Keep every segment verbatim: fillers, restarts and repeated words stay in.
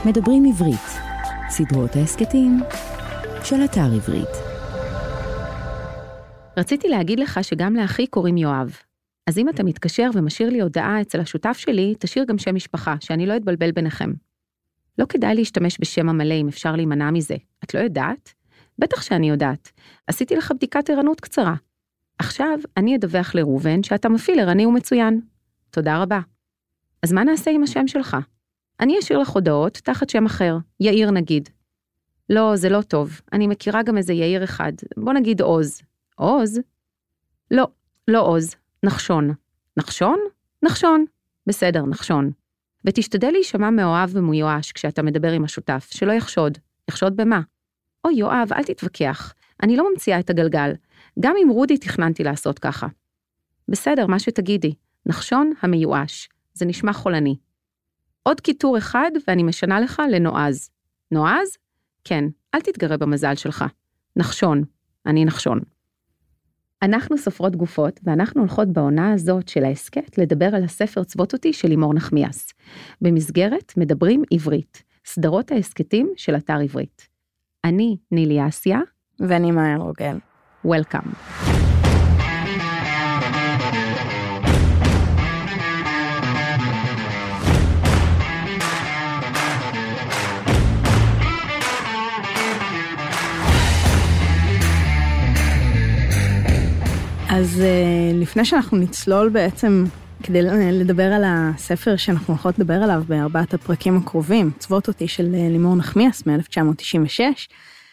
מדברים עברית, סדרות ההסקטים של אתר עברית. רציתי להגיד לך שגם לאחי קוראים יואב. אז אם אתה מתקשר ומשאיר לי הודעה אצל השותף שלי, תשאיר גם שם משפחה, שאני לא אתבלבל ביניכם. לא כדאי להשתמש בשם המלא אם אפשר להימנע מזה. את לא יודעת? בטח שאני יודעת. עשיתי לך בדיקת ערנות קצרה. עכשיו אני אדווח לרובן שאתה מפעיל ערני ומצוין. תודה רבה. אז מה נעשה עם השם שלך? אני אשאיר לך הודעות תחת שם אחר, יאיר נגיד. לא, זה לא טוב. אני מכירה גם איזה יאיר אחד. בוא נגיד עוז. עוז? לא, לא עוז. נחשון. נחשון? נחשון. בסדר, נחשון. ותשתדל להישמע מאוהב ומיואש כשאתה מדבר עם השותף, שלא יחשוד. יחשוד במה? או יואב, אל תתווכח. אני לא ממציאה את הגלגל. גם עם רודי תכננתי לעשות ככה. בסדר, מה שתגידי. נחשון המיואש. זה נשמע חולני. עוד כיתור אחד ואני משנה לך לנועז. נועז? כן, אל תתגרה במזל שלך. נחשון. אני נחשון. אנחנו סופרות גופות, ואנחנו הולכות בעונה הזאת של ההסקט לדבר על הספר צוות אותי של לימור נחמיאס. במסגרת מדברים עברית, סדרות ההסקטים של אתר עברית. אני נילי אסיה. ואני מאיה רוגל. Welcome. אז לפני שאנחנו נצלול בעצם, כדי לדבר על הספר שאנחנו הולכות לדבר עליו בארבעת הפרקים הקרובים, צוות אותי של לימור נחמיאס מ-אלף תשע מאות תשעים ושש,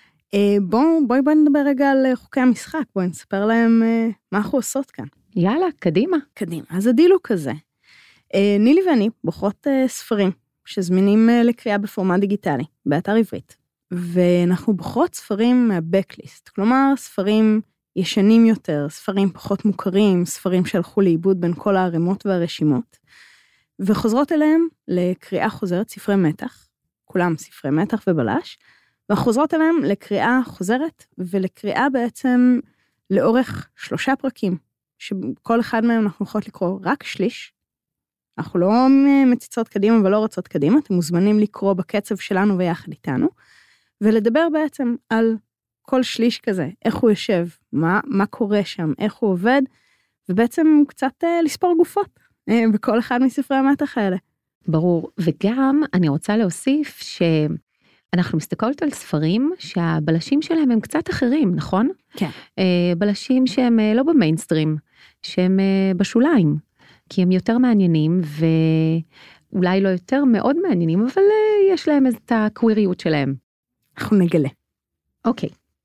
בואו בואי בואי נדבר רגע על חוקי המשחק, בואי נספר להם מה אנחנו עושות כאן. יאללה, קדימה. קדימה, אז הדיל הוא כזה. נילי ואני בוחרות ספרים שזמינים לקריאה בפורמט דיגיטלי, באתר עברית, ואנחנו בוחרות ספרים מהבקליסט, כלומר ספרים ישנים יותר, ספרים פחות מוכרים, ספרים שהלכו לאיבוד בין כל הערימות והרשימות, וחוזרות אליהם לקריאה חוזרת, ספרי מתח, כולם ספרי מתח ובלש, וחוזרות אליהם לקריאה חוזרת, ולקריאה בעצם לאורך שלושה פרקים, שכל אחד מהם אנחנו יכולות לקרוא רק שליש, אנחנו לא מציצות קדימה ולא רוצות קדימה, אתם מוזמנים לקרוא בקצב שלנו ויחד איתנו, ולדבר בעצם על כל שליש כזה, איך הוא יושב, מה, מה קורה שם, איך הוא עובד, ובעצם קצת אה, לספור גופות, אה, בכל אחד מספרי המתח האלה. ברור, וגם אני רוצה להוסיף שאנחנו מסתכלות על ספרים שהבלשים שלהם הם קצת אחרים, נכון? כן. אה, בלשים שהם אה, לא במיינסטרים, שהם אה, בשוליים, כי הם יותר מעניינים, ואולי לא יותר מאוד מעניינים, אבל אה, יש להם את הקוויריות שלהם. אנחנו נגלה. אוקיי.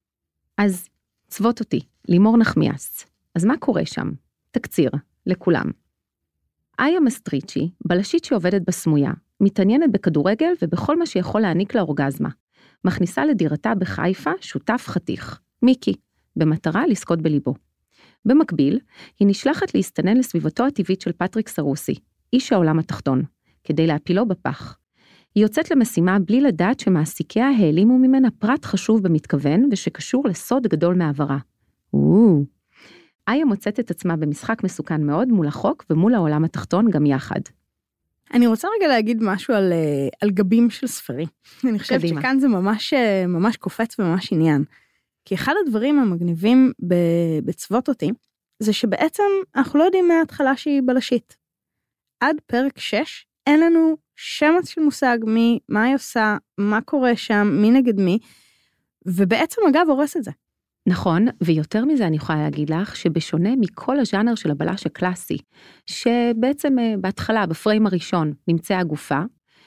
אז צוות אותי, לימור נחמיאס. אז מה קורה שם? תקציר, לכולם. איה מסטריצ'י, בלשית שעובדת בסמויה, מתעניינת בכדורגל ובכל מה שיכול להעניק לה אורגזמה. מכניסה לדירתה בחיפה שותף חתיך, מיקי, במטרה לזכות בליבו. במקביל, היא נשלחת להסתנן לסביבתו הטבעית של פטריק סרוסי, איש העולם התחתון, כדי להפילו בפח. היא יוצאת למשימה בלי לדעת שמעסיקיה העלימו ממנה פרט חשוב במתכוון ושקשור לסוד גדול מעברה. אוו. איה מוצאת את עצמה במשחק מסוכן מאוד מול החוק ומול העולם התחתון גם יחד. אני רוצה רגע להגיד משהו על, על גבים של ספרים. אני חושבת קדימה. שכאן זה ממש, ממש קופץ וממש עניין. כי אחד הדברים המגניבים בצוות אותי, זה שבעצם אנחנו לא יודעים מההתחלה שהיא בלשית. עד פרק שש אין לנו שמץ של מושג מי, מה היא עושה, מה קורה שם, מי נגד מי, ובעצם אגב הורס את זה. נכון, ויותר מזה אני יכולה להגיד לך, שבשונה מכל הז'אנר של הבלש הקלאסי, שבעצם בהתחלה, בפריים הראשון, נמצאה הגופה,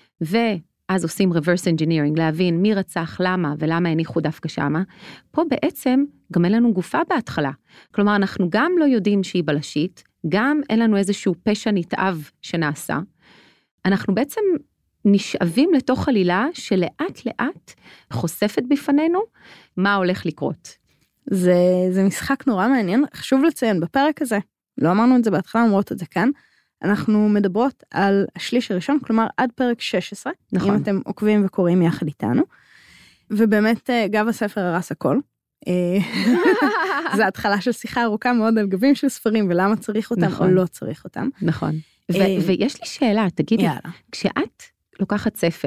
ואז עושים reverse engineering, להבין מי רצח, למה, ולמה הניחו דווקא שמה, פה בעצם גם אין לנו גופה בהתחלה. כלומר, אנחנו גם לא יודעים שהיא בלשית, גם אין לנו איזשהו פשע נתעב שנעשה, אנחנו בעצם נשאבים לתוך עלילה שלאט לאט חושפת בפנינו מה הולך לקרות. זה, זה משחק נורא מעניין, חשוב לציין בפרק הזה, לא אמרנו את זה בהתחלה, אומרות את זה כאן, אנחנו מדברות על השליש הראשון, כלומר עד פרק שש עשרה, נכון. אם אתם עוקבים וקוראים יחד איתנו, ובאמת גב הספר הרס הכל, זה התחלה של שיחה ארוכה מאוד על גבים של ספרים, ולמה צריך אותם נכון. או לא צריך אותם. נכון. ו- ויש לי שאלה, תגידי, כשאת לוקחת ספר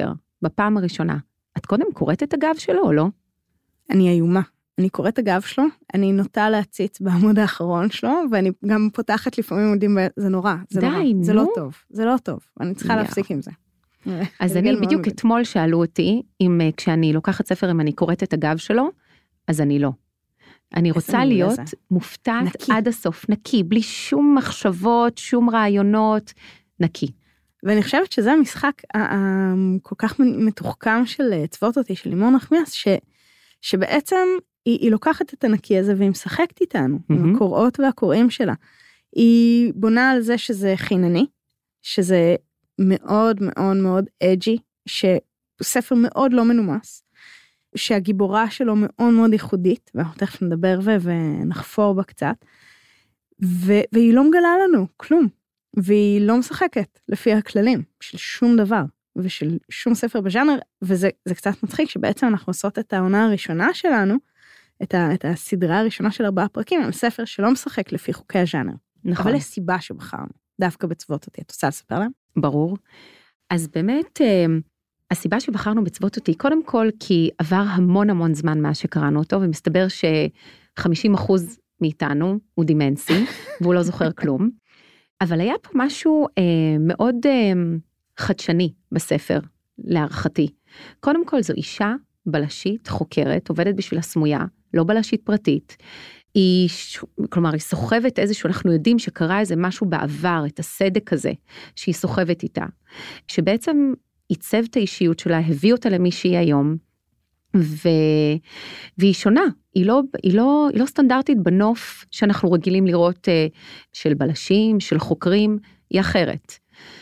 בפעם הראשונה, את קודם קוראת את הגב שלו או לא? אני איומה. אני קוראת הגב שלו, אני נוטה להציץ בעמוד האחרון שלו, ואני גם פותחת לפעמים עמודים, זה נורא, זה די, נורא, נו. זה לא טוב, זה לא טוב, אני צריכה יא. להפסיק עם זה. אז אני בדיוק אתמול שאלו אותי, אם כשאני לוקחת ספר, אם אני קוראת את הגב שלו, אז אני לא. אני רוצה להיות מופתעת נקי. עד הסוף, נקי, בלי שום מחשבות, שום רעיונות, נקי. ואני חושבת שזה המשחק כל כך מתוחכם של צוות אותי, של לימור נחמיאס, ש, שבעצם היא, היא לוקחת את הנקי הזה, והיא משחקת איתנו, mm-hmm. עם הקוראות והקוראים שלה. היא בונה על זה שזה חינני, שזה מאוד מאוד מאוד אג'י, שספר מאוד לא מנומס, שהגיבורה שלו מאוד מאוד ייחודית, ואנחנו תכף נדבר ו- ונחפור בה קצת, ו- והיא לא מגלה לנו כלום, והיא לא משחקת לפי הכללים של שום דבר, ושל שום ספר בז'אנר, וזה זה קצת מצחיק שבעצם אנחנו עושות את העונה הראשונה שלנו, את, ה- את הסדרה הראשונה של ארבעה פרקים, על ספר שלא משחק לפי חוקי הז'אנר. נכון. אבל יש סיבה שבחרנו, דווקא בצוות אותי. את רוצה לספר להם? ברור. אז באמת, הסיבה שבחרנו בצוות אותי, קודם כל, כי עבר המון המון זמן מה שקראנו אותו, ומסתבר ש-חמישים אחוז מאיתנו הוא דימנסי, והוא לא זוכר כלום. אבל היה פה משהו אה, מאוד אה, חדשני בספר, להערכתי. קודם כל, זו אישה בלשית, חוקרת, עובדת בשביל הסמויה, לא בלשית פרטית. היא, כלומר, היא סוחבת איזשהו, אנחנו יודעים שקרה איזה משהו בעבר, את הסדק הזה, שהיא סוחבת איתה, שבעצם עיצב את האישיות שלה, הביא אותה למי שהיא היום, ו... והיא שונה, היא לא, היא, לא, היא לא סטנדרטית בנוף שאנחנו רגילים לראות של בלשים, של חוקרים, היא אחרת.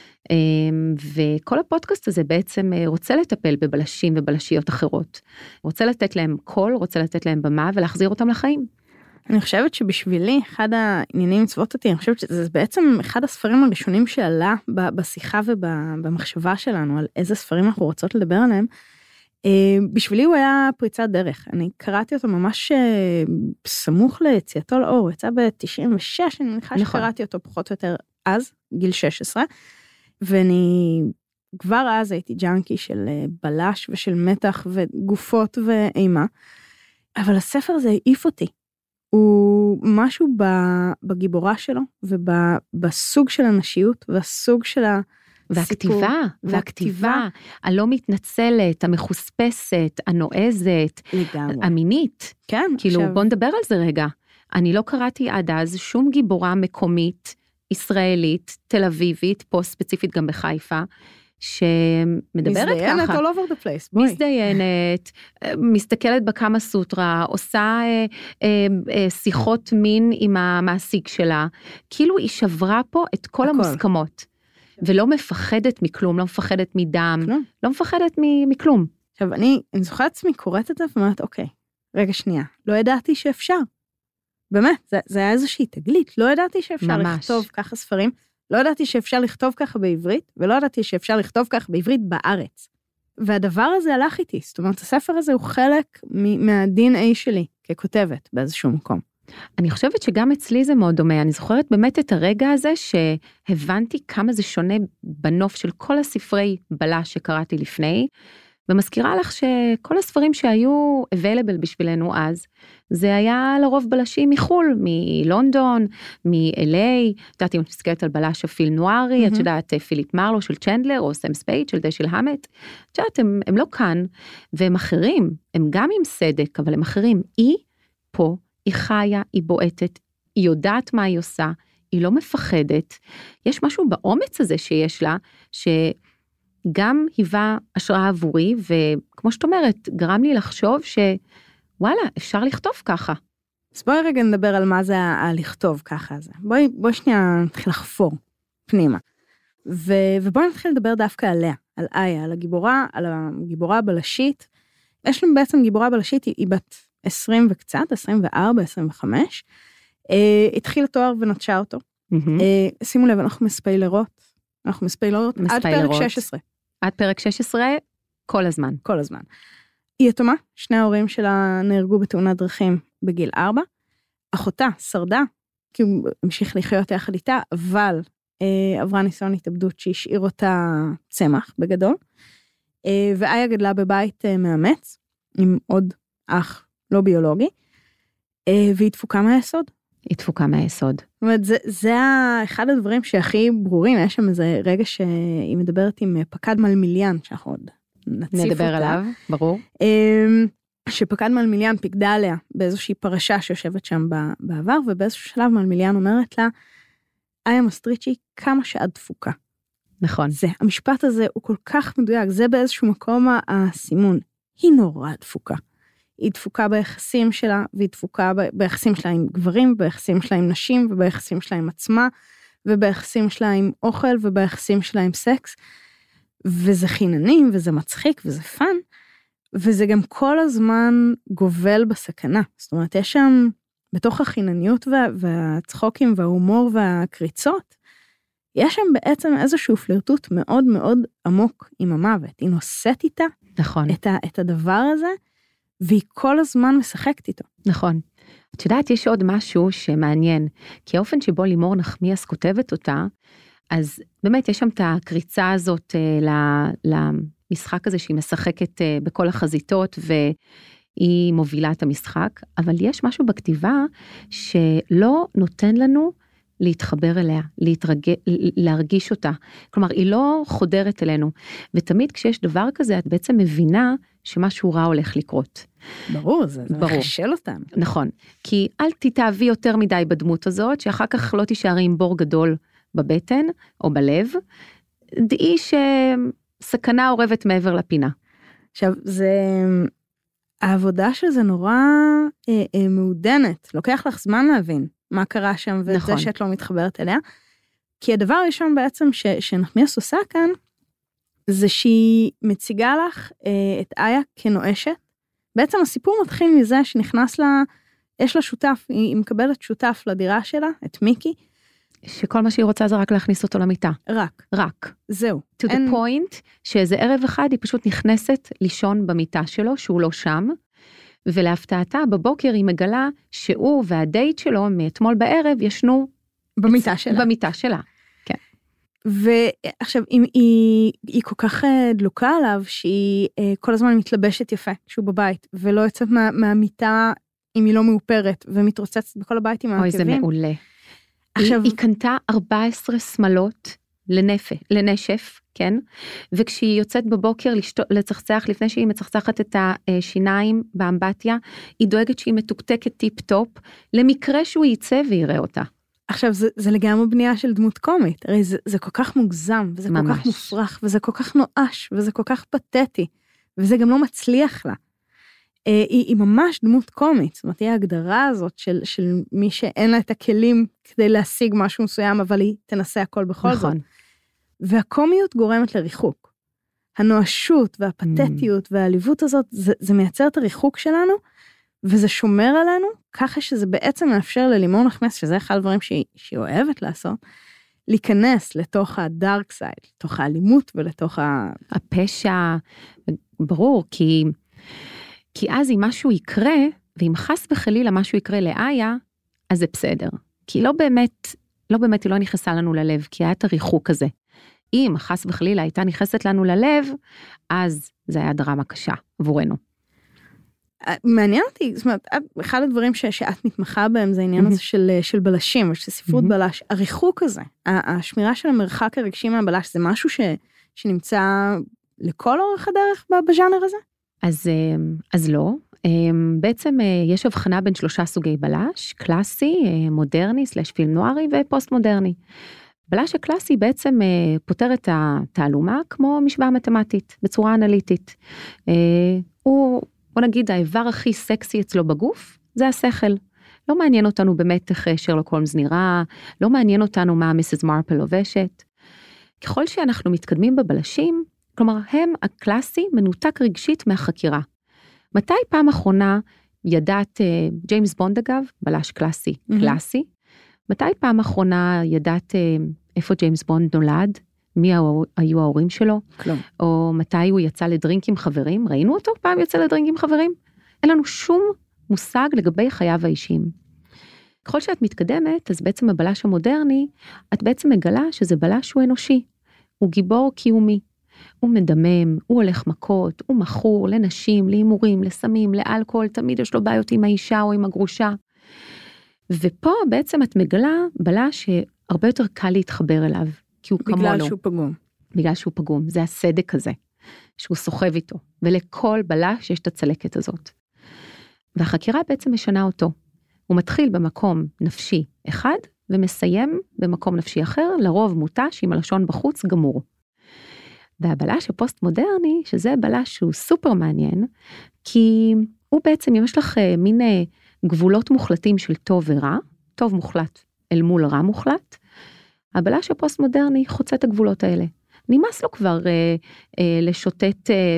וכל הפודקאסט הזה בעצם רוצה לטפל בבלשים ובלשיות אחרות, רוצה לתת להם קול, רוצה לתת להם במה ולהחזיר אותם לחיים. אני חושבת שבשבילי, אחד העניינים צוות אותי, אני חושבת שזה בעצם אחד הספרים הראשונים שעלה בשיחה ובמחשבה שלנו, על איזה ספרים אנחנו רוצות לדבר עליהם, בשבילי הוא היה פריצת דרך. אני קראתי אותו ממש סמוך ליציאתו לאור, הוא יצא ב-תשעים ושש, אני מניחה שקראתי אותו פחות או יותר אז, גיל שש עשרה, ואני כבר אז הייתי ג'אנקי של בלש ושל מתח וגופות ואימה, אבל הספר הזה העיף אותי. הוא משהו בגיבורה שלו, ובסוג של הנשיות, והסוג של הסיפור. והכתיבה, והכתיבה, הלא מתנצלת, המחוספסת, הנועזת, המינית. כן. כאילו, בוא נדבר על זה רגע. אני לא קראתי עד אז שום גיבורה מקומית, ישראלית, תל אביבית, פה ספציפית גם בחיפה, שמדברת ככה. מזדיינת all over the place, בואי. מזדיינת, מסתכלת בכמה סוטרה, עושה אה, אה, אה, שיחות מין עם המעסיק שלה, כאילו היא שברה פה את כל הכל. המוסכמות, ולא מפחדת מכלום, לא מפחדת מדם, כלום. לא מפחדת מכלום. עכשיו, אני, אני זוכרת עצמי קוראת את זה, ואומרת, אוקיי, רגע שנייה, לא ידעתי שאפשר. באמת, זה, זה היה איזושהי תגלית, לא ידעתי שאפשר ממש. לכתוב ככה ספרים, לא ידעתי שאפשר לכתוב ככה בעברית, ולא ידעתי שאפשר לכתוב ככה בעברית בארץ. והדבר הזה הלך איתי, זאת אומרת, הספר הזה הוא חלק מה-די אן איי שלי, ככותבת באיזשהו מקום. אני חושבת שגם אצלי זה מאוד דומה, אני זוכרת באמת את הרגע הזה, שהבנתי כמה זה שונה בנוף של כל הספרי בלש שקראתי לפני, ומזכירה לך שכל הספרים שהיו available בשבילנו אז, זה היה לרוב בלשים מחול, מלונדון, מ-אל איי, את יודעת אם את מסתכלת על בלש הפיל נוארי, את יודעת פיליפ מרלו של צ'נדלר, או סם ספייד של דשל המט, את יודעת, הם, הם לא כאן, והם אחרים, הם גם עם סדק, אבל הם אחרים, היא פה, היא חיה, היא בועטת, היא יודעת מה היא עושה, היא לא מפחדת, יש משהו באומץ הזה שיש לה, ש... גם היווה השראה עבורי, וכמו שאת אומרת, גרם לי לחשוב שוואלה, אפשר לכתוב ככה. אז בואי רגע נדבר על מה זה הלכתוב ככה הזה. בואי, בואי שנייה נתחיל לחפור פנימה. ו, ובואי נתחיל לדבר דווקא עליה, על איה, על הגיבורה, על הגיבורה הבלשית. יש לנו בעצם גיבורה בלשית, היא, היא בת עשרים וקצת, עשרים וארבע, עשרים וחמש. אה, התחיל התואר ונטשה אותו. Mm-hmm. אה, שימו לב, אנחנו מספיילרות. אנחנו מספיילרות עד פרק שש עשרה. עד פרק שש עשרה, כל הזמן. כל הזמן. היא יתומה, שני ההורים שלה נהרגו בתאונת דרכים בגיל ארבע. אחותה שרדה, כי הוא המשיך לחיות יחד איתה, אבל אה, עברה ניסיון התאבדות שהשאיר אותה צמח בגדול. ואיה גדלה בבית מאמץ, עם עוד אח לא ביולוגי, והיא דפוקה מהיסוד. היא דפוקה מהיסוד. זאת אומרת, זה, זה אחד הדברים שהכי ברורים, יש שם איזה רגע שהיא מדברת עם פקד מלמיליאן, שאנחנו עוד נציף אותה. נדבר עליו, ברור. שפקד מלמיליאן פיקדה עליה באיזושהי פרשה שיושבת שם בעבר, ובאיזשהו שלב מלמיליאן אומרת לה, איה מסטריצ'י, כמה שאת דפוקה. נכון. זה, המשפט הזה הוא כל כך מדויק, זה באיזשהו מקום הסימון. היא נורא דפוקה. היא דפוקה ביחסים שלה, והיא דפוקה ביחסים שלה עם גברים, ביחסים שלה עם נשים, וביחסים שלה עם עצמה, וביחסים שלה עם אוכל, וביחסים שלה עם סקס, וזה חיננים, וזה מצחיק, וזה פן, וזה גם כל הזמן גובל בסכנה. זאת אומרת, יש שם, בתוך החינניות וה, והצחוקים, וההומור והקריצות, יש שם בעצם איזשהו פלירטוט מאוד מאוד עמוק עם המוות. היא נושאת איתה, נכון. את, ה, את הדבר הזה, והיא כל הזמן משחקת איתו. נכון. את יודעת, יש עוד משהו שמעניין, כי האופן שבו לימור נחמיאס כותבת אותה, אז באמת יש שם את הקריצה הזאת למשחק הזה שהיא משחקת בכל החזיתות, והיא מובילה את המשחק, אבל יש משהו בכתיבה שלא נותן לנו להתחבר אליה, להתרג... להרגיש אותה. כלומר, היא לא חודרת אלינו, ותמיד כשיש דבר כזה, את בעצם מבינה שמשהו רע הולך לקרות. ברור, זה מחשל אותנו. נכון, כי אל תתאהבי יותר מדי בדמות הזאת, שאחר כך לא תישארי עם בור גדול בבטן או בלב, דעי שסכנה עורבת מעבר לפינה. עכשיו, זה... העבודה של זה נורא אה, אה, מעודנת, לוקח לך זמן להבין מה קרה שם, ואת נכון. זה שאת לא מתחברת אליה, כי הדבר הראשון בעצם ש, שנחמיאס עושה כאן, זה שהיא מציגה לך אה, את איה כנואשת, בעצם הסיפור מתחיל מזה שנכנס לה, יש לה שותף, היא, היא מקבלת שותף לדירה שלה, את מיקי, שכל מה שהיא רוצה זה רק להכניס אותו למיטה. רק. רק. זהו. To the point, שאיזה ערב אחד היא פשוט נכנסת לישון במיטה שלו, שהוא לא שם, ולהפתעתה בבוקר היא מגלה שהוא והדייט שלו מאתמול בערב ישנו במיטה שלה. במיטה שלה, כן. ועכשיו, אם היא, היא כל כך דלוקה עליו, שהיא כל הזמן מתלבשת יפה, כשהוא בבית, ולא יוצאת מה, מהמיטה אם היא לא מאופרת, ומתרוצצת בכל הבית עם העקבים. אוי, זה מעולה. עכשיו, היא, היא קנתה ארבע עשרה שמלות לנפה, לנשף, כן? וכשהיא יוצאת בבוקר לשתו, לצחצח, לפני שהיא מצחצחת את השיניים באמבטיה, היא דואגת שהיא מתוקתקת טיפ-טופ, למקרה שהוא יצא ויראה אותה. עכשיו, זה, זה לגמרי בנייה של דמות קומית, הרי זה, זה כל כך מוגזם, וזה ממש. כל כך מופרך, וזה כל כך נואש, וזה כל כך פתטי, וזה גם לא מצליח לה. היא, היא ממש דמות קומית, זאת אומרת, היא ההגדרה הזאת של, של מי שאין לה את הכלים כדי להשיג משהו מסוים, אבל היא תנסה הכל בכל נכון. זאת. והקומיות גורמת לריחוק. הנואשות והפתטיות mm. והעליבות הזאת, זה, זה מייצר את הריחוק שלנו, וזה שומר עלינו, ככה שזה בעצם מאפשר ללימור נחמיאס, שזה אחד הדברים שהיא, שהיא אוהבת לעשות, להיכנס לתוך הדארק סייד, לתוך האלימות ולתוך ה... הפשע, ברור, כי... כי אז אם משהו יקרה, ואם חס וחלילה משהו יקרה לאיה, אז זה בסדר. כי לא באמת, לא באמת היא לא נכנסה לנו ללב, כי היה את הריחוק הזה. אם חס וחלילה הייתה נכנסת לנו ללב, אז זה היה דרמה קשה עבורנו. מעניין אותי, זאת אומרת, אחד הדברים ש, שאת מתמחה בהם, זה העניין הזה של, של בלשים, של ספרות בלש, הריחוק הזה, השמירה של המרחק הרגשי מהבלש, זה משהו ש, שנמצא לכל אורך הדרך בז'אנר הזה? אז, אז לא, בעצם יש הבחנה בין שלושה סוגי בלש, קלאסי, מודרני, סלש פילם נוארי ופוסט מודרני. בלש הקלאסי בעצם פותר את התעלומה כמו משוואה מתמטית, בצורה אנליטית. הוא, בוא נגיד, האיבר הכי סקסי אצלו בגוף, זה השכל. לא מעניין אותנו באמת איך שרלוק הולמס נראה, לא מעניין אותנו מה מיסס מרפל לובשת. ככל שאנחנו מתקדמים בבלשים, כלומר, הם הקלאסי מנותק רגשית מהחקירה. מתי פעם אחרונה ידעת, ג'יימס בונד אגב, בלש קלאסי, mm-hmm. קלאסי, מתי פעם אחרונה ידעת איפה ג'יימס בונד נולד, מי היו ההורים שלו, כלום. או מתי הוא יצא לדרינק עם חברים, ראינו אותו פעם יוצא לדרינק עם חברים? אין לנו שום מושג לגבי חייו האישיים. ככל שאת מתקדמת, אז בעצם הבלש המודרני, את בעצם מגלה שזה בלש שהוא אנושי, הוא גיבור קיומי, הוא מדמם, הוא הולך מכות, הוא מכור לנשים, להימורים, לסמים, לאלכוהול, תמיד יש לו בעיות עם האישה או עם הגרושה. ופה בעצם את מגלה בלש שהרבה יותר קל להתחבר אליו, כי הוא כמונו. בגלל שהוא פגום. בגלל שהוא פגום, זה הסדק הזה, שהוא סוחב איתו, ולכל בלש יש את הצלקת הזאת. והחקירה בעצם משנה אותו. הוא מתחיל במקום נפשי אחד, ומסיים במקום נפשי אחר, לרוב מוטש עם הלשון בחוץ גמור. והבלש הפוסט-מודרני, שזה בלש שהוא סופר מעניין, כי הוא בעצם, יש לך מין גבולות מוחלטים של טוב ורע, טוב מוחלט אל מול רע מוחלט, הבלש הפוסט-מודרני חוצה את הגבולות האלה. נמאס לו כבר אה, אה, לשוטט אה,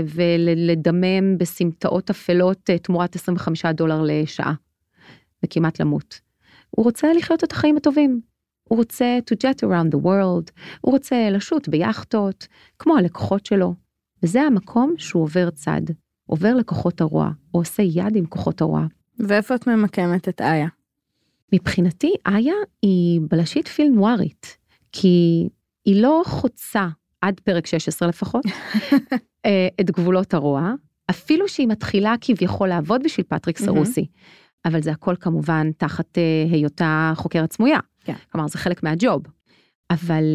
ולדמם בסמטאות אפלות אה, תמורת עשרים וחמישה דולר לשעה, וכמעט למות. הוא רוצה לחיות את החיים הטובים. הוא רוצה to jet around the world, הוא רוצה לשוט ביחטות, כמו הלקוחות שלו. וזה המקום שהוא עובר צד, עובר לכוחות הרוע, או עושה יד עם כוחות הרוע. ואיפה את ממקמת את איה? מבחינתי, איה היא בלשית פיל נוארית, כי היא לא חוצה, עד פרק שש עשרה לפחות, את גבולות הרוע, אפילו שהיא מתחילה כביכול לעבוד בשביל פטריק סרוסי, אבל זה הכל כמובן תחת היותה חוקרת סמויה. כן. כלומר, זה חלק מהג'וב. אבל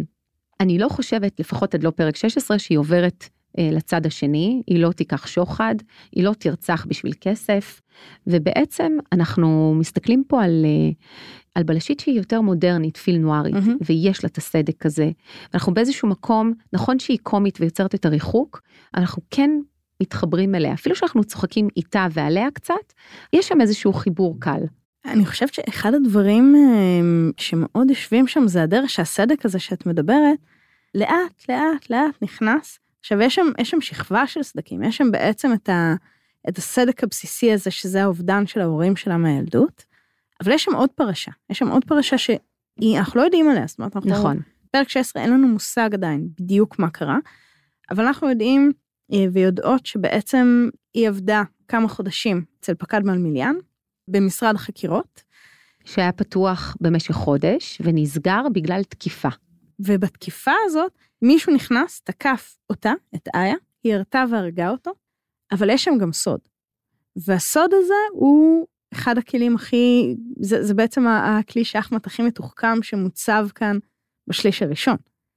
אני לא חושבת, לפחות עד לא פרק שש עשרה, שהיא עוברת לצד השני, היא לא תיקח שוחד, היא לא תרצח בשביל כסף, ובעצם אנחנו מסתכלים פה על, על בלשית שהיא יותר מודרנית, פיל נוארית, mm-hmm. ויש לה את הסדק כזה. אנחנו באיזשהו מקום, נכון שהיא קומית ויוצרת את הריחוק, אנחנו כן מתחברים אליה, אפילו שאנחנו צוחקים איתה ועליה קצת, יש שם איזשהו חיבור קל. אני חושבת שאחד הדברים שמאוד יושבים שם, זה הדרך שהסדק הזה שאת מדברת, לאט, לאט, לאט נכנס. עכשיו, יש שם, יש שם שכבה של סדקים, יש שם בעצם את, ה, את הסדק הבסיסי הזה, שזה האובדן של ההורים שלה מהילדות, אבל יש שם עוד פרשה, יש שם עוד פרשה שאנחנו לא יודעים עליה, זאת אומרת, אנחנו נכון. פרק שש עשרה אין לנו מושג עדיין בדיוק מה קרה, אבל אנחנו יודעים ויודעות שבעצם היא עבדה כמה חודשים אצל פקד מלמיליאן, במשרד החקירות. שהיה פתוח במשך חודש, ונסגר בגלל תקיפה. ובתקיפה הזאת, מישהו נכנס, תקף אותה, את איה, היא הרתה והרגה אותו, אבל יש שם גם סוד. והסוד הזה הוא אחד הכלים הכי, זה, זה בעצם הכלי שחמט הכי מתוחכם שמוצב כאן בשליש הראשון.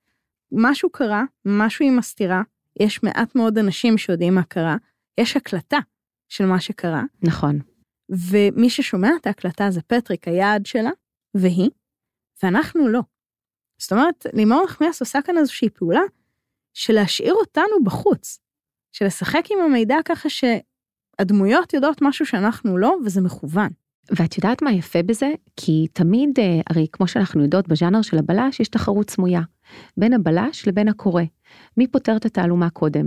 משהו קרה, משהו היא מסתירה, יש מעט מאוד אנשים שיודעים מה קרה, יש הקלטה של מה שקרה. נכון. ומי ששומע את ההקלטה זה פטריק, היעד שלה, והיא, ואנחנו לא. זאת אומרת, לימור נחמיאס עושה כאן איזושהי פעולה, של להשאיר אותנו בחוץ, של לשחק עם המידע ככה שהדמויות יודעות משהו שאנחנו לא, וזה מכוון. ואת יודעת מה יפה בזה? כי תמיד, הרי כמו שאנחנו יודעות בז'אנר של הבלש, יש תחרות סמויה, בין הבלש לבין הקורא. מי פותר את התעלומה קודם?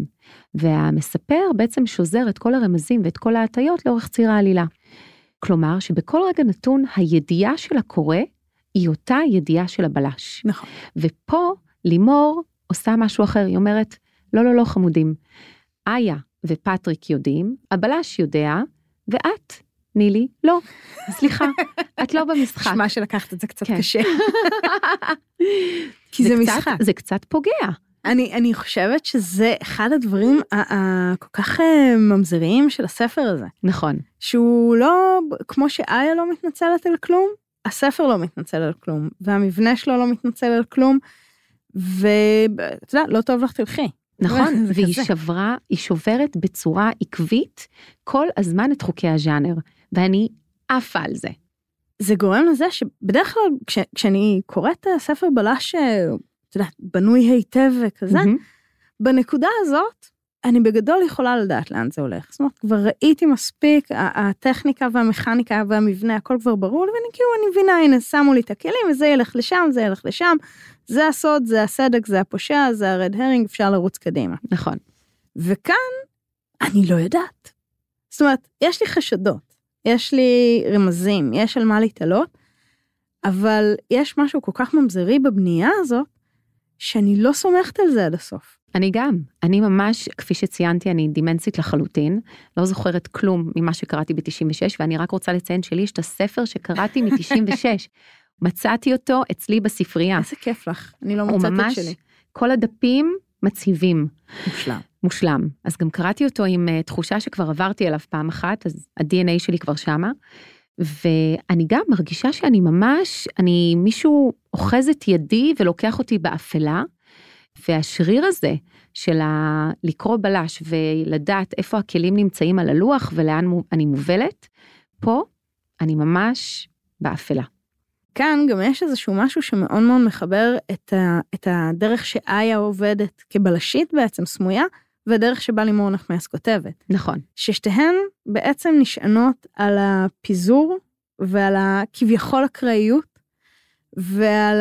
והמספר בעצם שוזר את כל הרמזים ואת כל ההטיות לאורך ציר העלילה. כלומר, שבכל רגע נתון, הידיעה של הקורא, היא אותה ידיעה של הבלש. נכון. ופה לימור עושה משהו אחר, היא אומרת, לא, לא, לא חמודים. איה ופטריק יודעים, הבלש יודע, ואת, נילי, לא. סליחה, את לא במשחק. שמה שלקחת את זה קצת כן. קשה. כי זה, זה קצת, משחק. זה קצת פוגע. אני, אני חושבת שזה אחד הדברים הכל כך ממזריים של הספר הזה. נכון. שהוא לא, כמו שאיה לא מתנצלת על כלום, הספר לא מתנצל על כלום, והמבנה שלו לא מתנצל על כלום, ואתה יודע, לא טוב לך תלכי. נכון, והיא שברה, היא שוברת בצורה עקבית כל הזמן את חוקי הז'אנר, ואני עפה על זה. זה גורם לזה שבדרך כלל, כש, כשאני קוראת הספר בלש, אתה יודע, בנוי היטב וכזה, mm-hmm. בנקודה הזאת, אני בגדול יכולה לדעת לאן זה הולך. זאת אומרת, כבר ראיתי מספיק, הטכניקה והמכניקה והמבנה, הכל כבר ברור, ואני כאילו, אני מבינה, הנה, שמו לי את הכלים, וזה ילך לשם, זה ילך לשם, זה הסוד, זה הסדק, זה הפושע, זה הרד הרינג, אפשר לרוץ קדימה. נכון. וכאן, אני לא יודעת. זאת אומרת, יש לי חשדות, יש לי רמזים, יש על מה להתעלות, אבל יש משהו כל כך ממזרי בבנייה הזאת, שאני לא סומכת על זה עד הסוף. אני גם, אני ממש, כפי שציינתי, אני דימנסית לחלוטין, לא זוכרת כלום ממה שקראתי ב-תשעים ושש, ואני רק רוצה לציין שלי, יש את הספר שקראתי מ-תשעים ושש, מצאתי אותו אצלי בספרייה. איזה כיף לך, אני לא מצאתי את שלי. כל הדפים מציבים. מושלם. מושלם. אז גם קראתי אותו עם uh, תחושה שכבר עברתי אליו פעם אחת, אז ה-די אן איי שלי כבר שמה, ואני גם מרגישה שאני ממש, אני מישהו אוחז את ידי ולוקח אותי באפלה, והשריר הזה של ה- לקרוא בלש ולדעת איפה הכלים נמצאים על הלוח ולאן אני מובלת, פה אני ממש באפלה. כאן גם יש איזשהו משהו שמאוד מאוד מחבר את, ה, את הדרך שאיה עובדת כבלשית בעצם סמויה, והדרך שבה לימור נחמיאס כותבת. נכון. ששתיהן בעצם נשענות על הפיזור, ועל הכביכול אקראיות, ועל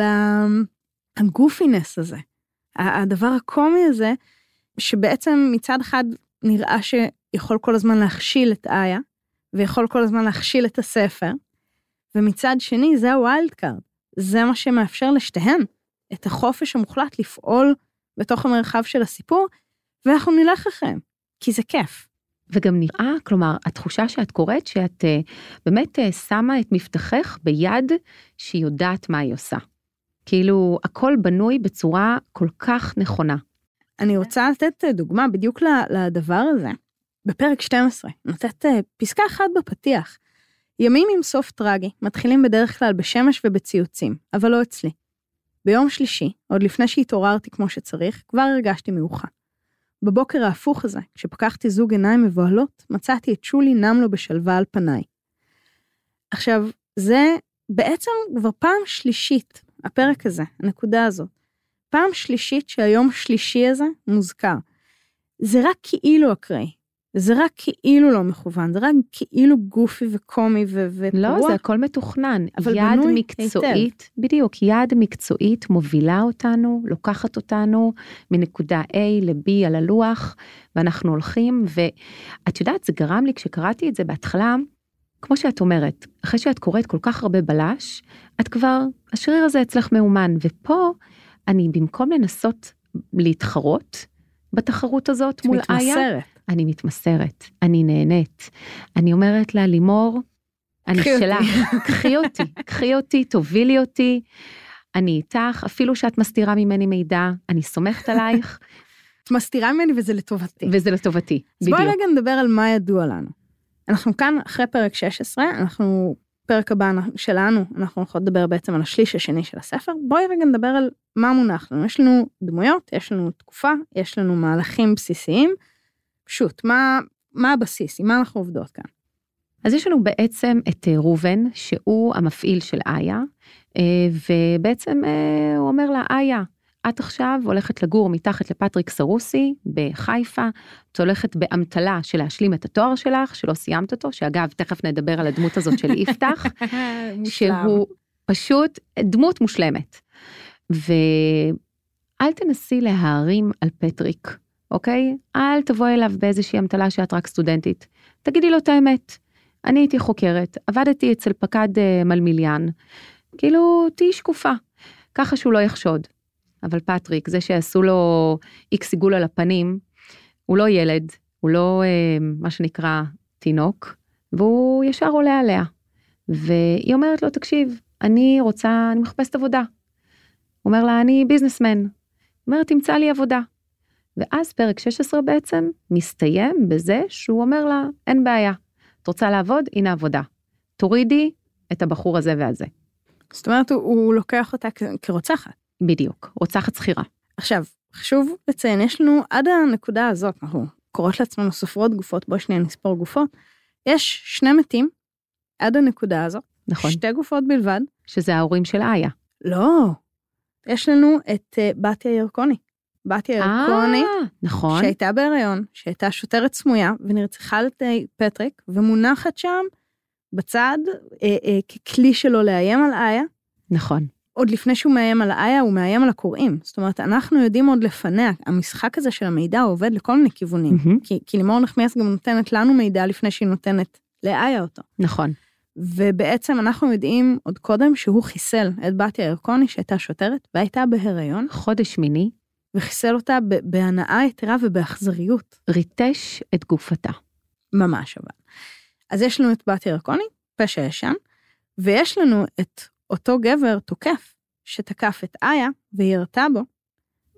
הגופינס הזה. הדבר הקומי הזה, שבעצם מצד אחד נראה שיכול כל הזמן להכשיל את איה, ויכול כל הזמן להכשיל את הספר, ומצד שני זה הווילד קארד, זה מה שמאפשר לשתיהן, את החופש המוחלט לפעול בתוך המרחב של הסיפור, ואנחנו נלך אחריהם, כי זה כיף. וגם נראה, כלומר, התחושה שאת קוראת, שאת uh, באמת uh, שמה את מבטחך ביד שהיא יודעת מה היא עושה. כאילו, הכל בנוי בצורה כל כך נכונה. אני רוצה לתת דוגמה בדיוק לדבר הזה. בפרק שתים עשרה, נותנת פסקה אחת בפתיח. ימים עם סוף טרגי, מתחילים בדרך כלל בשמש ובציוצים, אבל לא אצלי. ביום שלישי, עוד לפני שהתעוררתי כמו שצריך, כבר הרגשתי מאוחה. בבוקר ההפוך הזה, כשפקחתי זוג עיניים מבוהלות, מצאתי את שולי נם לו בשלווה על פניי. עכשיו, זה בעצם כבר פעם שלישית, הפרק הזה, הנקודה הזאת. פעם שלישית שהיום שלישי הזה מוזכר. זה רק כאילו אקראי. זה רק כאילו לא מכוון, זה רק כאילו גופי וקומי ו- ופרוע. לא, זה הכל מתוכנן. אבל יד בנוי מקצועית, היטב. בדיוק, יד מקצועית מובילה אותנו, לוקחת אותנו מנקודה A ל-B על הלוח, ואנחנו הולכים, ואת יודעת, זה גרם לי, כשקראתי את זה בהתחלה, כמו שאת אומרת, אחרי שאת קוראת כל כך הרבה בלש, את כבר, השריר הזה אצלך מאומן, ופה אני במקום לנסות להתחרות בתחרות הזאת מול איה, מתמסרת. אני מתמסרת, אני נהנית, אני אומרת לה, לימור, אני שלה, קחי אותי, קחי אותי, תובילי אותי, אני איתך, אפילו שאת מסתירה ממני מידע, אני סומכת עלייך. את מסתירה ממני וזה לטובתי. וזה לטובתי, אז בדיוק. בואי רגע נדבר על מה ידוע לנו. אנחנו כאן אחרי פרק שש עשרה, אנחנו, פרק הבא שלנו, אנחנו הולכות לדבר בעצם על השליש השני של הספר, בואי רגע נדבר על מה מונח לנו. יש לנו דמויות, יש לנו תקופה, יש לנו מהלכים בסיסיים, פשוט, מה, מה הבסיס, עם מה אנחנו עובדות כאן? אז יש לנו בעצם את רובן, שהוא המפעיל של איה, ובעצם הוא אומר לה, איה, את עכשיו הולכת לגור מתחת לפטריק סרוסי בחיפה, את הולכת באמתלה של להשלים את התואר שלך, שלא סיימת אותו, שאגב, תכף נדבר על הדמות הזאת של יפתח, שהוא פשוט דמות מושלמת. ואל תנסי להרים על פטריק, אוקיי? אל תבואי אליו באיזושהי אמתלה שאת רק סטודנטית. תגידי לו את האמת. אני הייתי חוקרת, עבדתי אצל פקד מלמיליאן, כאילו תהי שקופה, ככה שהוא לא יחשוד. אבל פטריק, זה שעשו לו איקס עיגול על הפנים, הוא לא ילד, הוא לא מה שנקרא תינוק, והוא ישר עולה עליה. והיא אומרת לו, תקשיב, אני רוצה, אני מחפשת עבודה. הוא אומר לה, אני ביזנסמן. היא אומרת, תמצא לי עבודה. ואז פרק שש עשרה בעצם מסתיים בזה שהוא אומר לה, אין בעיה. את רוצה לעבוד? הנה עבודה. תורידי את הבחור הזה והזה. זאת אומרת, הוא, הוא לוקח אותה כרוצחת. בדיוק, רוצחת שכירה. עכשיו, חשוב לציין, יש לנו עד הנקודה הזאת, אנחנו קוראות לעצמנו סופרות גופות, בואו שנייה נספור גופות, יש שני מתים עד הנקודה הזאת, נכון. שתי גופות בלבד. שזה ההורים של איה. לא, יש לנו את uh, בתיה ירקוני. בתיה ירקוני, נכון. שהייתה בהיריון, שהייתה שוטרת סמויה, ונרצחה על ידי פטריק, ומונחת שם בצד, אה, אה, ככלי שלו לאיים על איה. נכון. עוד לפני שהוא מאיים על איה, הוא מאיים על הקוראים. זאת אומרת, אנחנו יודעים עוד לפניה, המשחק הזה של המידע עובד לכל מיני כיוונים. Mm-hmm. כי, כי לימור נחמיאס גם נותנת לנו מידע לפני שהיא נותנת לאיה אותו. נכון. ובעצם אנחנו יודעים עוד קודם שהוא חיסל את בתיה ירקוני, שהייתה שוטרת, והייתה בהיריון. חודש מיני. וחיסל אותה בהנאה יתרה ובאכזריות. ריטש את גופתה. ממש אבל. אז יש לנו את בתיה ירקוני, פשע ישן, ויש לנו את אותו גבר תוקף, שתקף את איה, וירתה בו,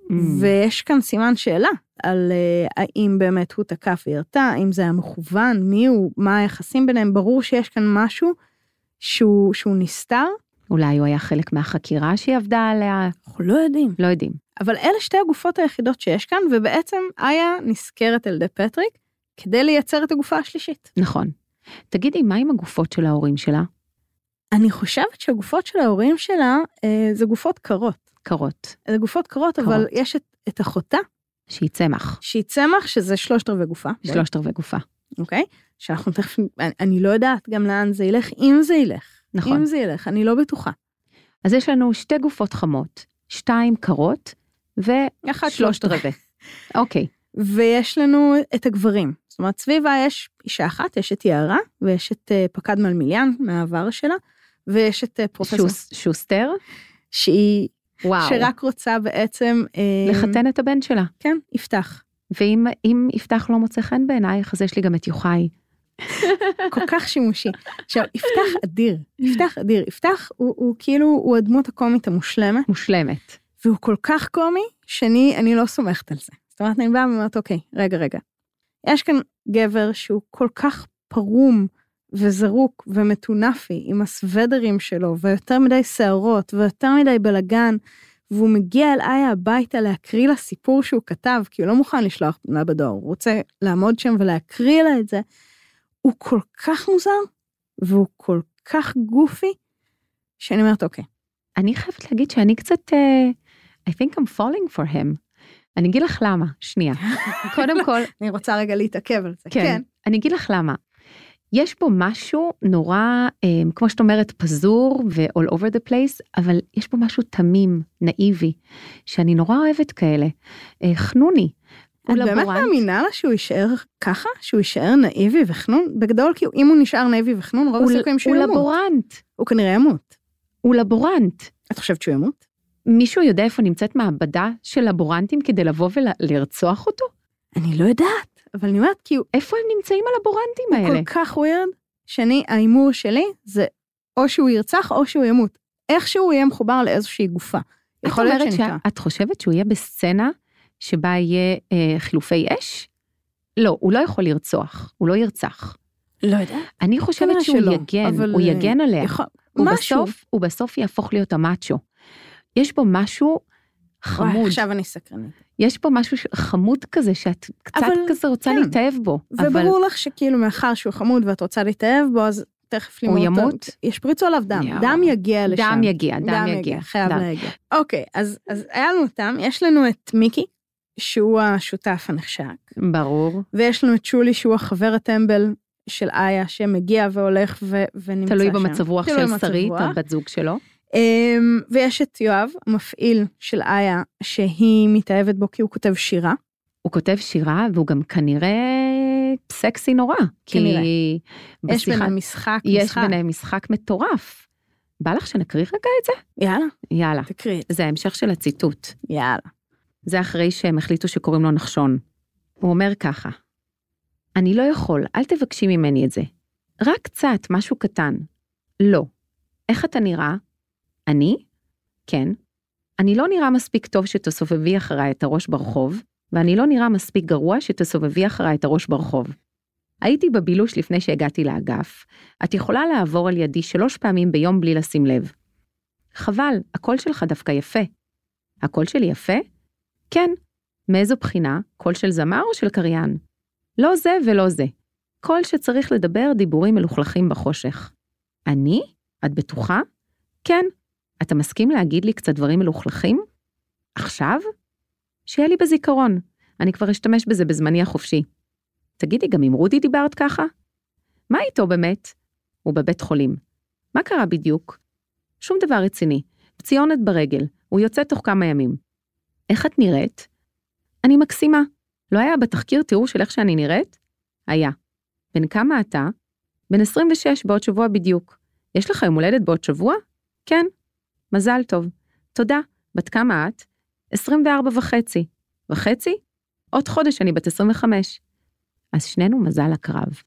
ויש כאן סימן שאלה, על uh, האם באמת הוא תקף וירתע, האם זה היה מכוון, מי הוא, מה היחסים ביניהם, ברור שיש כאן משהו שהוא, שהוא נסתר. אולי הוא היה חלק מהחקירה שהיא עבדה עליה. אנחנו לא יודעים. לא יודעים. אבל אלה שתי הגופות היחידות שיש כאן, ובעצם איה נזכרת על ידי פטריק, כדי לייצר את הגופה השלישית. נכון. תגידי, מה עם הגופות של ההורים שלה? אני חושבת שהגופות של ההורים שלה, אה, זה גופות קרות. קרות. זה גופות קרות, קרות. אבל יש את, את אחותה. שהיא צמח. שהיא צמח, שזה שלושת רבעי גופה. שלושת רבעי גופה. אוקיי? שאנחנו תכף, אני, אני לא יודעת גם לאן זה ילך, אם זה ילך. נכון. אם זה ילך, אני לא בטוחה. אז יש לנו שתי גופות חמות, שתיים קרות, ושלושת רבעי. אוקיי. ויש לנו את הגברים. זאת אומרת, סביבה יש אישה אחת, יש את יערה, ויש את uh, פקד מלמיליאן מהעבר שלה, ויש את uh, פרופסור. שוס, שוסטר. שהיא, וואו. שרק רוצה בעצם... Uh, לחתן את הבן שלה. כן, יפתח. ואם אם יפתח לא מוצא חן בעינייך, אז יש לי גם את יוחאי. כל כך שימושי. עכשיו, יפתח אדיר, יפתח אדיר. יפתח הוא, הוא כאילו, הוא הדמות הקומית המושלמת. מושלמת. והוא כל כך קומי, שאני אני לא סומכת על זה. זאת אומרת, אני באה ואומרת, אוקיי, רגע, רגע. יש כאן גבר שהוא כל כך פרום וזרוק ומטונפי עם הסוודרים שלו, ויותר מדי שערות, ויותר מדי בלגן, והוא מגיע אל איה הביתה להקריא לה סיפור שהוא כתב, כי הוא לא מוכן לשלוח לה בדואר, הוא רוצה לעמוד שם ולהקריא לה את זה. הוא כל כך מוזר, והוא כל כך גופי, שאני אומרת, אוקיי. אני חייבת להגיד שאני קצת, uh, I think I'm falling for him. אני אגיד לך למה, שנייה. קודם כל... אני רוצה רגע להתעכב על זה. כן, כן. אני אגיד לך למה. יש בו משהו נורא, um, כמו שאת אומרת, פזור ו-all over the place, אבל יש בו משהו תמים, נאיבי, שאני נורא אוהבת כאלה. Uh, חנוני. את באמת מאמינה לה שהוא יישאר ככה? שהוא יישאר נאיבי וחנון? בגדול, כי אם הוא נשאר נאיבי וחנון, רוב הסיכויים שהוא ימות. הוא לבורנט. הוא כנראה ימות. הוא לבורנט. את חושבת שהוא ימות? מישהו יודע איפה נמצאת מעבדה של לבורנטים כדי לבוא ולרצוח אותו? אני לא יודעת, אבל אני אומרת, כי הוא... איפה הם נמצאים הלבורנטים האלה? הוא כל כך ווירד, שאני, האימור שלי, זה או שהוא ירצח או שהוא ימות. איכשהו הוא יהיה מחובר לאיזושהי גופה. יכול להיות שניתן. את חושבת שהוא יהיה בסצנה שבה יהיה אה, חילופי אש? לא, הוא לא יכול לרצוח, הוא לא ירצח. לא יודע. אני חושבת שהוא שלא, יגן, אבל... הוא יגן עליה. יכול... הוא בסוף, הוא בסוף יהפוך להיות המאצ'ו. יש בו משהו חמוד. וואי, עכשיו אני סקרנית. יש פה משהו חמוד כזה, שאת קצת אבל, כזה רוצה כן. להתאהב בו. וברור אבל... לך שכאילו מאחר שהוא חמוד, ואת רוצה להתאהב בו, אז תכף לימוד. הוא ימות? ישפריצו עליו דם. יאו. דם יגיע לשם. דם יגיע, דם, דם יגיע. יגיע. חייב דם. להגיע. אוקיי, אז, אז היה לנו אותם, יש לנו את מיקי, שהוא השותף הנחשק. ברור. ויש לנו את שולי, שהוא החבר הטמבל של איה, שמגיע והולך ו... ונמצא שם. תלוי במצב רוח של שרית, הבת זוג שלו. ויש את יואב, המפעיל של איה, שהיא מתאהבת בו כי הוא כותב שירה. הוא כותב שירה, והוא גם כנראה סקסי נורא. כנראה. כי יש ביניהם משחק. יש ביניהם משחק מטורף. בא לך שנקריא רגע את זה? יאללה. יאללה. תקריא. זה ההמשך של הציטוט. יאללה. זה אחרי שהם החליטו שקוראים לו נחשון. הוא אומר ככה, אני לא יכול, אל תבקשי ממני את זה. רק קצת, משהו קטן. לא. איך אתה נראה? אני? כן. אני לא נראה מספיק טוב שתסובבי אחריי את הראש ברחוב, ואני לא נראה מספיק גרוע שתסובבי אחריי את הראש ברחוב. הייתי בבילוש לפני שהגעתי לאגף. את יכולה לעבור על ידי שלוש פעמים ביום בלי לשים לב. חבל, הקול שלך דווקא יפה. הקול שלי יפה? כן. מאיזו בחינה? קול של זמר או של קריין? לא זה ולא זה. קול שצריך לדבר דיבורים מלוכלכים בחושך. אני? את בטוחה? כן. אתה מסכים להגיד לי קצת דברים מלוכלכים? עכשיו? שיהיה לי בזיכרון. אני כבר אשתמש בזה בזמני החופשי. תגידי, גם עם רודי דיברת ככה? מה איתו באמת? הוא בבית חולים. מה קרה בדיוק? שום דבר רציני. פציונת ברגל. הוא יוצא תוך כמה ימים. איך את נראית? אני מקסימה. לא היה בתחקיר תיאור של איך שאני נראית? היה. בן כמה אתה? בן עשרים ושש בעוד שבוע בדיוק. יש לך יום הולדת בעוד שבוע? כן. מזל טוב. תודה. בת כמה את? עשרים וארבע וחצי. וחצי? עוד חודש אני בת עשרים וחמש. אז שנינו מזל הקרב.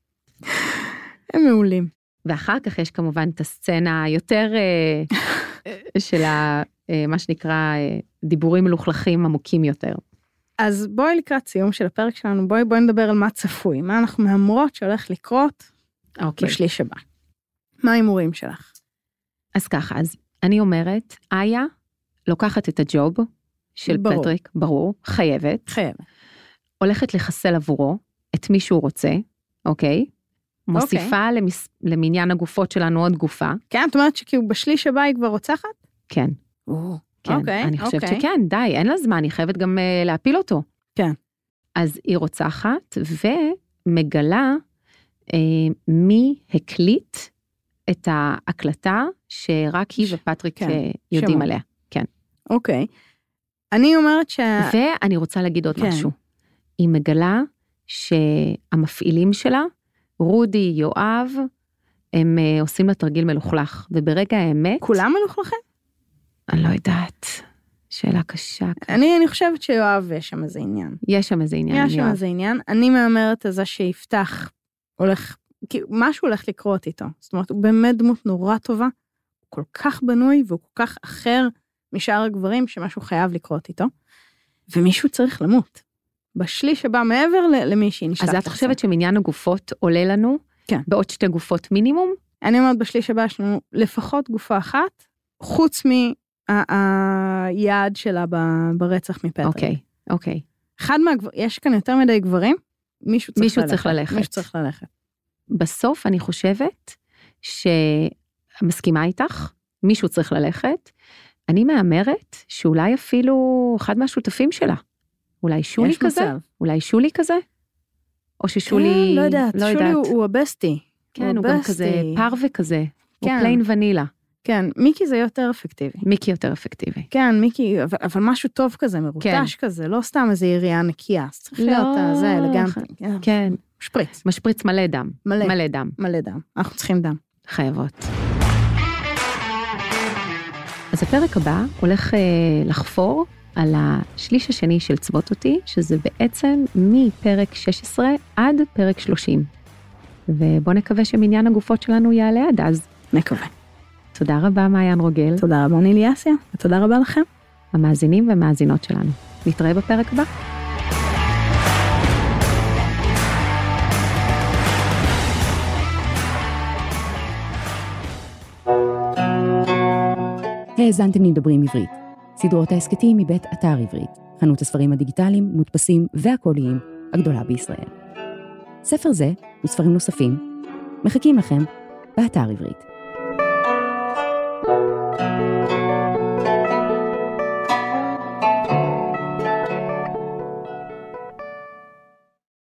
הם מעולים. ואחר כך יש כמובן את הסצנה יותר של מה שנקרא דיבורים מלוכלכים עמוקים יותר. אז בואי לקראת סיום של הפרק שלנו, בואי בואי נדבר על מה צפוי, מה אנחנו מהמרות שהולך לקרות אוקיי. בשליש הבא. מה ההימורים שלך? אז ככה, אז אני אומרת, איה לוקחת את הג'וב של ברור. פטריק, ברור, חייבת. חייבת. הולכת לחסל עבורו את מי שהוא רוצה, אוקיי? מוסיפה למס... למניין הגופות שלנו עוד גופה. כן, את אומרת שכאילו בשליש הבא היא כבר רוצחת? כן. או, כן, אוקיי, אני חושבת אוקיי. שכן, די, אין לה זמן, היא חייבת גם uh, להפיל אותו. כן. אז היא רוצחת, ומגלה uh, מי הקליט את ההקלטה, שרק היא ופטריק כן, uh, יודעים שמע. עליה. כן. אוקיי. אני אומרת ש... ואני רוצה להגיד עוד כן. משהו. היא מגלה שהמפעילים שלה, רודי, יואב, הם uh, עושים לה תרגיל מלוכלך, וברגע האמת... כולם מלוכלכים? אני לא יודעת. שאלה קשה. אני, אני חושבת שיואב יש שם איזה עניין. יש שם איזה עניין. יש שם איזה עניין. אני מאמרת על זה שיפתח הולך, כי משהו הולך לקרות איתו. זאת אומרת, הוא באמת דמות נורא טובה, הוא כל כך בנוי, והוא כל כך אחר משאר הגברים, שמשהו חייב לקרות איתו, ומישהו צריך למות. בשליש הבא מעבר למי שהיא נשלחת. אז את חושבת שמניין הגופות עולה לנו? כן. בעוד שתי גופות מינימום? אני אומרת, בשליש הבא יש לנו לפחות גופה אחת, חוץ מהיעד שלה ברצח מפטריק. אוקיי, אוקיי. אחד מהגברים, יש כאן יותר מדי גברים, מישהו צריך מישהו ללכת. צריך ללכת. מישהו צריך ללכת. בסוף אני חושבת שמסכימה איתך, מישהו צריך ללכת, אני מאמרת שאולי אפילו אחד מהשותפים שלה, אולי שולי כזה? מצב. אולי שולי כזה? או ששולי... כן, לא יודעת, לא שולי יודעת. הוא, הוא הבסטי. כן, הוא גם כזה פרווה כזה, כן. הוא פליין ונילה. כן, מיקי זה יותר אפקטיבי. מיקי יותר אפקטיבי. כן, מיקי, אבל, אבל משהו טוב כזה, מרוטש כן. כזה, לא סתם איזה יריעה נקייה, אז צריך לא, להיות זה אלגנטי. כן. כן. משפריץ. משפריץ מלא דם. מלא. מלא דם. מלא דם. אנחנו צריכים דם. חייבות. אז הפרק הבא הולך אה, לחפור על השליש השני של צוות אותי, שזה בעצם מפרק שש עשרה עד פרק שלושים. ובוא נקווה שמניין הגופות שלנו יעלה עד אז. מקווה. תודה רבה, מעיין רוגל. תודה רבה, נילי אסיה, ותודה רבה לכם. המאזינים ומאזינות שלנו. נתראה בפרק הבא. האזנתם לדברים עברית. סדרות ההסכתים מבית אתר עברית, חנות הספרים הדיגיטליים, מודפסים והקוליים הגדולה בישראל. ספר זה וספרים נוספים מחכים לכם באתר עברית.